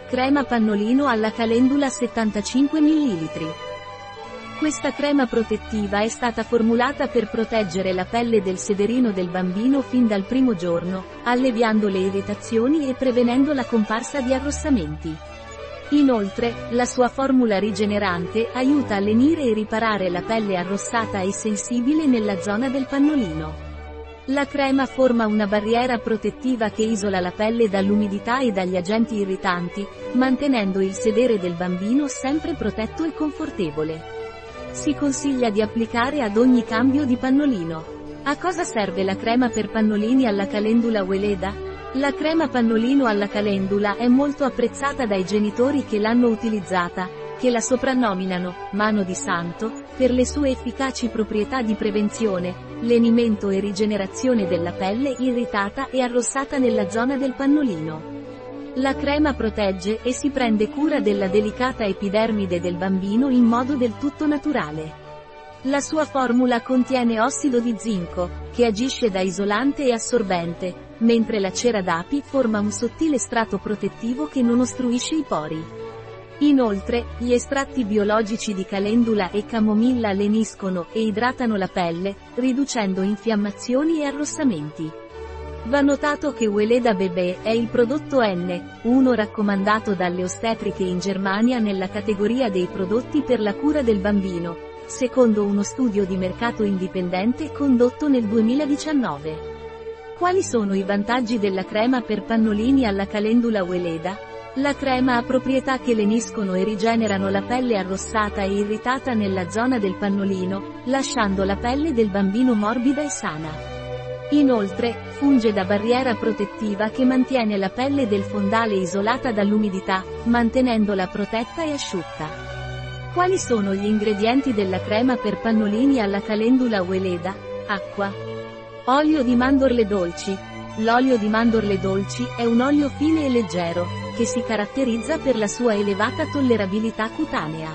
Crema pannolino alla calendula 75 ml. Questa crema protettiva è stata formulata per proteggere la pelle del sederino del bambino fin dal primo giorno, alleviando le irritazioni e prevenendo la comparsa di arrossamenti. Inoltre, la sua formula rigenerante aiuta a lenire e riparare la pelle arrossata e sensibile nella zona del pannolino. La crema forma una barriera protettiva che isola la pelle dall'umidità e dagli agenti irritanti, mantenendo il sedere del bambino sempre protetto e confortevole. Si consiglia di applicare ad ogni cambio di pannolino. A cosa serve la crema per pannolini alla calendula Weleda? La crema pannolino alla calendula è molto apprezzata dai genitori che l'hanno utilizzata, che la soprannominano «mano di santo», per le sue efficaci proprietà di prevenzione, lenimento e rigenerazione della pelle irritata e arrossata nella zona del pannolino. La crema protegge e si prende cura della delicata epidermide del bambino in modo del tutto naturale. La sua formula contiene ossido di zinco, che agisce da isolante e assorbente, mentre la cera d'api forma un sottile strato protettivo che non ostruisce i pori. Inoltre, gli estratti biologici di calendula e camomilla leniscono e idratano la pelle, riducendo infiammazioni e arrossamenti. Va notato che Weleda Bebé è il prodotto N1 raccomandato dalle ostetriche in Germania nella categoria dei prodotti per la cura del bambino, secondo uno studio di mercato indipendente condotto nel 2019. Quali sono i vantaggi della crema per pannolini alla calendula Weleda? La crema ha proprietà che leniscono e rigenerano la pelle arrossata e irritata nella zona del pannolino, lasciando la pelle del bambino morbida e sana. Inoltre, funge da barriera protettiva che mantiene la pelle del fondale isolata dall'umidità, mantenendola protetta e asciutta. Quali sono gli ingredienti della crema per pannolini alla calendula Weleda? Acqua. Olio di mandorle dolci. L'olio di mandorle dolci è un olio fine e leggero, che si caratterizza per la sua elevata tollerabilità cutanea.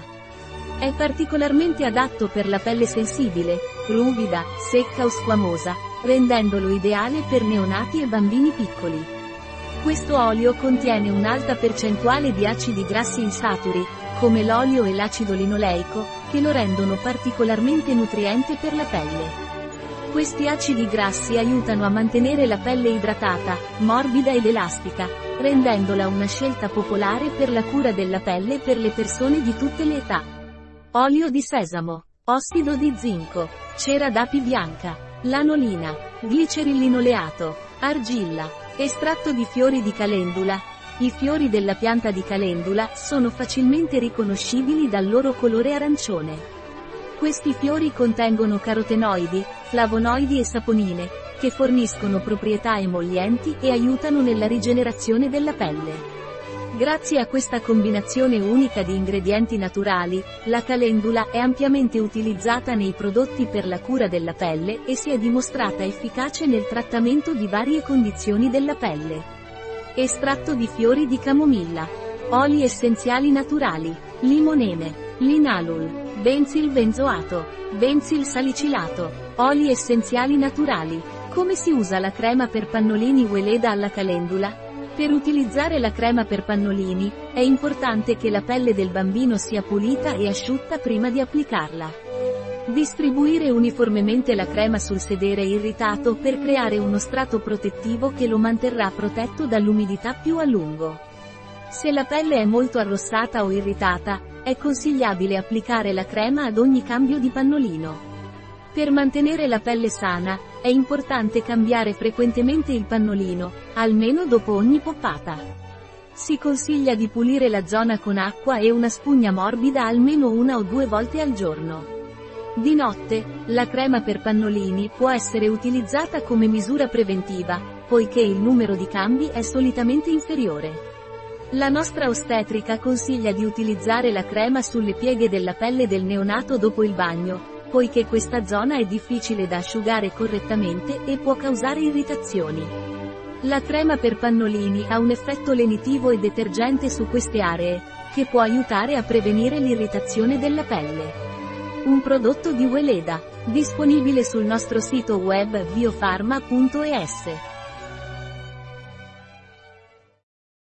È particolarmente adatto per la pelle sensibile, ruvida, secca o squamosa, rendendolo ideale per neonati e bambini piccoli. Questo olio contiene un'alta percentuale di acidi grassi insaturi, come l'olio e l'acido linoleico, che lo rendono particolarmente nutriente per la pelle. Questi acidi grassi aiutano a mantenere la pelle idratata, morbida ed elastica, rendendola una scelta popolare per la cura della pelle per le persone di tutte le età. Olio di sesamo, ossido di zinco, cera d'api bianca, lanolina, glicerillinoleato, argilla, estratto di fiori di calendula. I fiori della pianta di calendula sono facilmente riconoscibili dal loro colore arancione. Questi fiori contengono carotenoidi, flavonoidi e saponine, che forniscono proprietà emollienti e aiutano nella rigenerazione della pelle. Grazie a questa combinazione unica di ingredienti naturali, la calendula è ampiamente utilizzata nei prodotti per la cura della pelle e si è dimostrata efficace nel trattamento di varie condizioni della pelle. Estratto di fiori di camomilla. Oli essenziali naturali. Limonene. Linalol, benzil benzoato, benzil salicilato, oli essenziali naturali. Come si usa la crema per pannolini Weleda alla calendula? Per utilizzare la crema per pannolini, è importante che la pelle del bambino sia pulita e asciutta prima di applicarla. Distribuire uniformemente la crema sul sedere irritato per creare uno strato protettivo che lo manterrà protetto dall'umidità più a lungo. Se la pelle è molto arrossata o irritata, è consigliabile applicare la crema ad ogni cambio di pannolino. Per mantenere la pelle sana, è importante cambiare frequentemente il pannolino, almeno dopo ogni poppata. Si consiglia di pulire la zona con acqua e una spugna morbida almeno 1 o 2 volte al giorno. Di notte, la crema per pannolini può essere utilizzata come misura preventiva, poiché il numero di cambi è solitamente inferiore. La nostra ostetrica consiglia di utilizzare la crema sulle pieghe della pelle del neonato dopo il bagno, poiché questa zona è difficile da asciugare correttamente e può causare irritazioni. La crema per pannolini ha un effetto lenitivo e detergente su queste aree, che può aiutare a prevenire l'irritazione della pelle. Un prodotto di Weleda, disponibile sul nostro sito web biofarma.es.